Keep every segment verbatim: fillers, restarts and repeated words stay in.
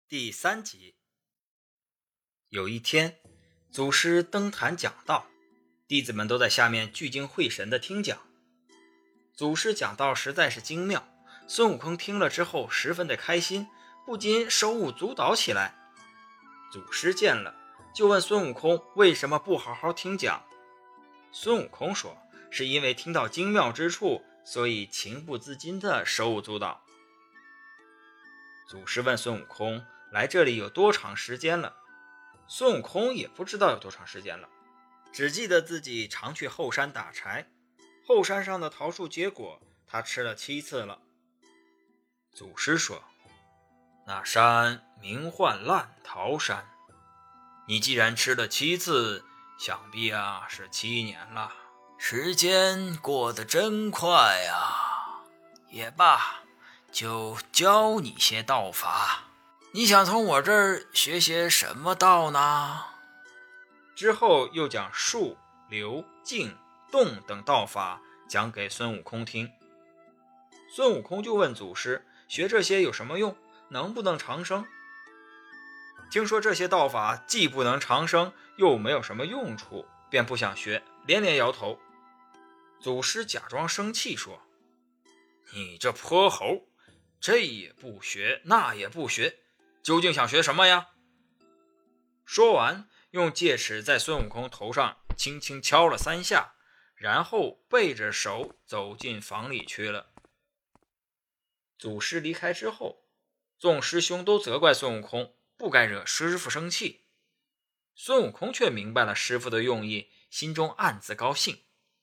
第三集。有一天，祖师登坛讲道，弟子们都在下面聚精会神地听讲。祖师讲道实在是精妙，孙悟空听了之后十分的开心，不禁手舞足蹈起来。祖师见了，就问孙悟空为什么不好好听讲。孙悟空说，是因为听到精妙之处，所以情不自禁地手舞足蹈。祖师问孙悟空来这里有多长时间了，孙悟空也不知道有多长时间了，只记得自己常去后山打柴，后山上的桃树结果他吃了七次了。祖师说，那山名唤烂桃山，你既然吃了七次，想必啊是七年了。 时间过得真快啊！也罢，就教你些道法。你想从我这儿学些什么道呢？ 之后又将术、流、静、动等道法讲给孙悟空听。孙悟空就问祖师，学这些有什么用？能不能长生？听说这些道法既不能长生，又没有什么用处，便不想学，连连摇头。祖师假装生气说，你这泼猴，这也不学，那也不学，究竟想学什么呀？说完，用戒尺在孙悟空头上轻轻敲了三下，然后背着手走进房里去了。祖师离开之后，众师兄都责怪孙悟空不该惹师傅生气。孙悟空却明白了师傅的用意，心中暗自高兴。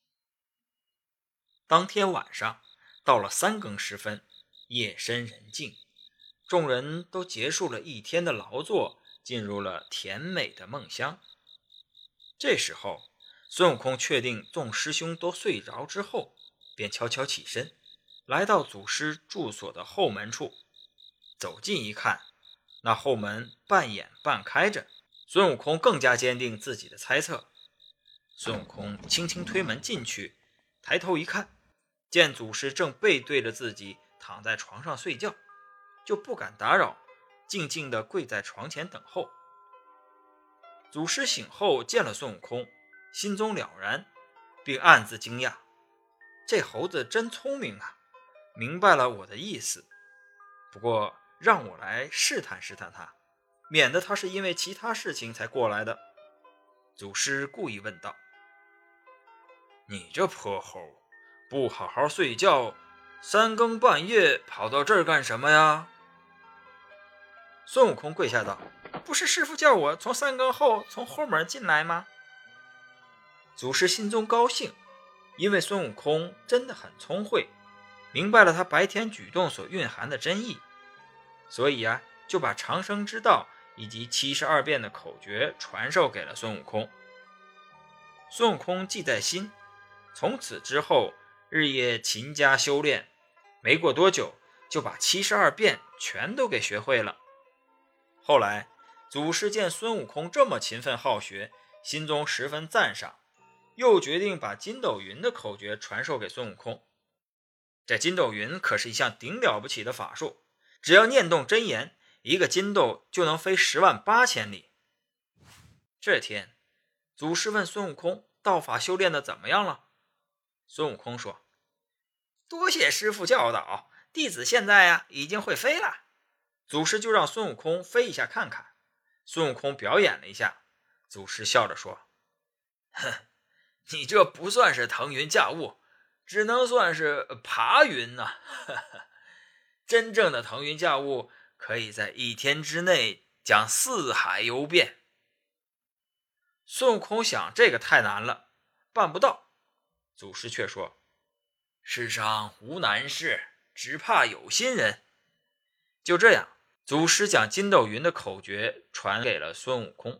当天晚上到了三更时分，夜深人静，众人都结束了一天的劳作，进入了甜美的梦乡。这时候，孙悟空确定众师兄都睡着之后，便悄悄起身，来到祖师住所的后门处。走近一看，那后门半掩半开着，孙悟空更加坚定自己的猜测。孙悟空轻轻推门进去，抬头一看，见祖师正背对着自己躺在床上睡觉，就不敢打扰，静静地跪在床前等候。祖师醒后见了孙悟空，心中了然，并暗自惊讶，这猴子真聪明啊，明白了我的意思。不过让我来试探试探他，免得他是因为其他事情才过来的。祖师故意问道，你这泼猴，不好好睡觉，三更半夜跑到这儿干什么呀？孙悟空跪下道，不是师父叫我从三更后从后门进来吗？祖师心中高兴，因为孙悟空真的很聪慧，明白了他白天举动所蕴含的真意，所以啊，就把长生之道以及七十二变的口诀传授给了孙悟空。孙悟空记在心，从此之后日夜勤加修炼，没过多久就把七十二变全都给学会了。后来祖师见孙悟空这么勤奋好学，心中十分赞赏，又决定把筋斗云的口诀传授给孙悟空。这筋斗云可是一项顶了不起的法术，只要念动真言，一个筋斗就能飞十万八千里。这天，祖师问孙悟空道法修炼的怎么样了？孙悟空说，多谢师父教导，弟子现在呀、啊、已经会飞了。祖师就让孙悟空飞一下看看。孙悟空表演了一下，祖师笑着说，哼，你这不算是腾云驾雾，只能算是爬云啊。真正的腾云驾雾可以在一天之内将四海游遍。孙悟空想，这个太难了，办不到。祖师却说，世上无难事，只怕有心人。就这样，祖师将筋斗云的口诀传给了孙悟空。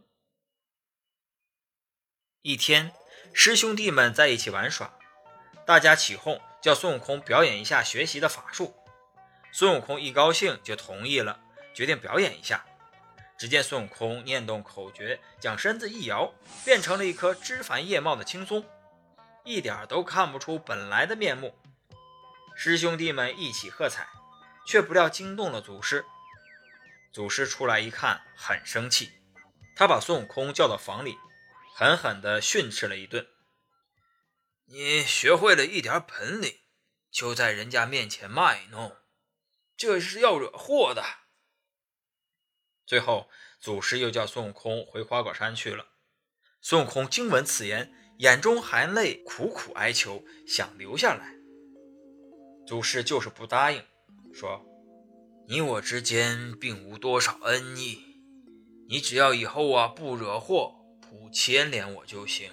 一天，师兄弟们在一起玩耍，大家起哄叫孙悟空表演一下学习的法术。孙悟空一高兴就同意了，决定表演一下。只见孙悟空念动口诀，将身子一摇，变成了一棵枝繁叶茂的青松，一点都看不出本来的面目。师兄弟们一起喝彩，却不料惊动了祖师。 祖师出来一看，很生气，他把孙悟空叫到房里，狠狠地训斥了一顿。你学会了一点本领，就在人家面前卖弄，这是要惹祸的。最后祖师又叫孙悟空回花果山去了。孙悟空听闻此言，眼中含泪，苦苦哀求，想留下来。祖师就是不答应，说你我之间并无多少恩义，你只要以后啊不惹祸，不牵连我就行。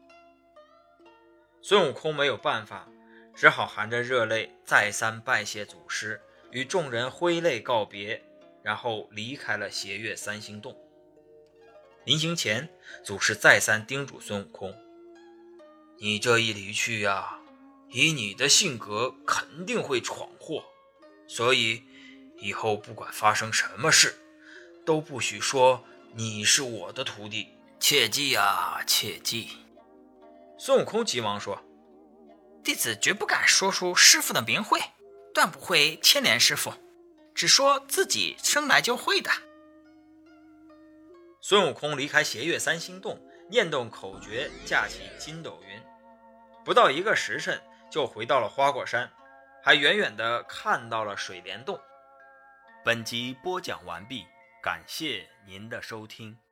孙悟空没有办法，只好含着热泪再三拜谢祖师，与众人挥泪告别，然后离开了斜月三星洞。临行前，祖师再三叮嘱孙悟空，你这一离去啊，以你的性格肯定会闯祸，所以以后不管发生什么事，都不许说你是我的徒弟， 切记啊，切记。 孙悟空急忙说， 弟子绝不敢说出师父的名讳，断不会牵连师父，只说自己生来就会的。 孙悟空离开斜月三星洞，念动口诀，架起筋斗云，不到一个时辰就回到了花果山，还远远地看到了水帘洞。 本集播讲完毕，感谢您的收听。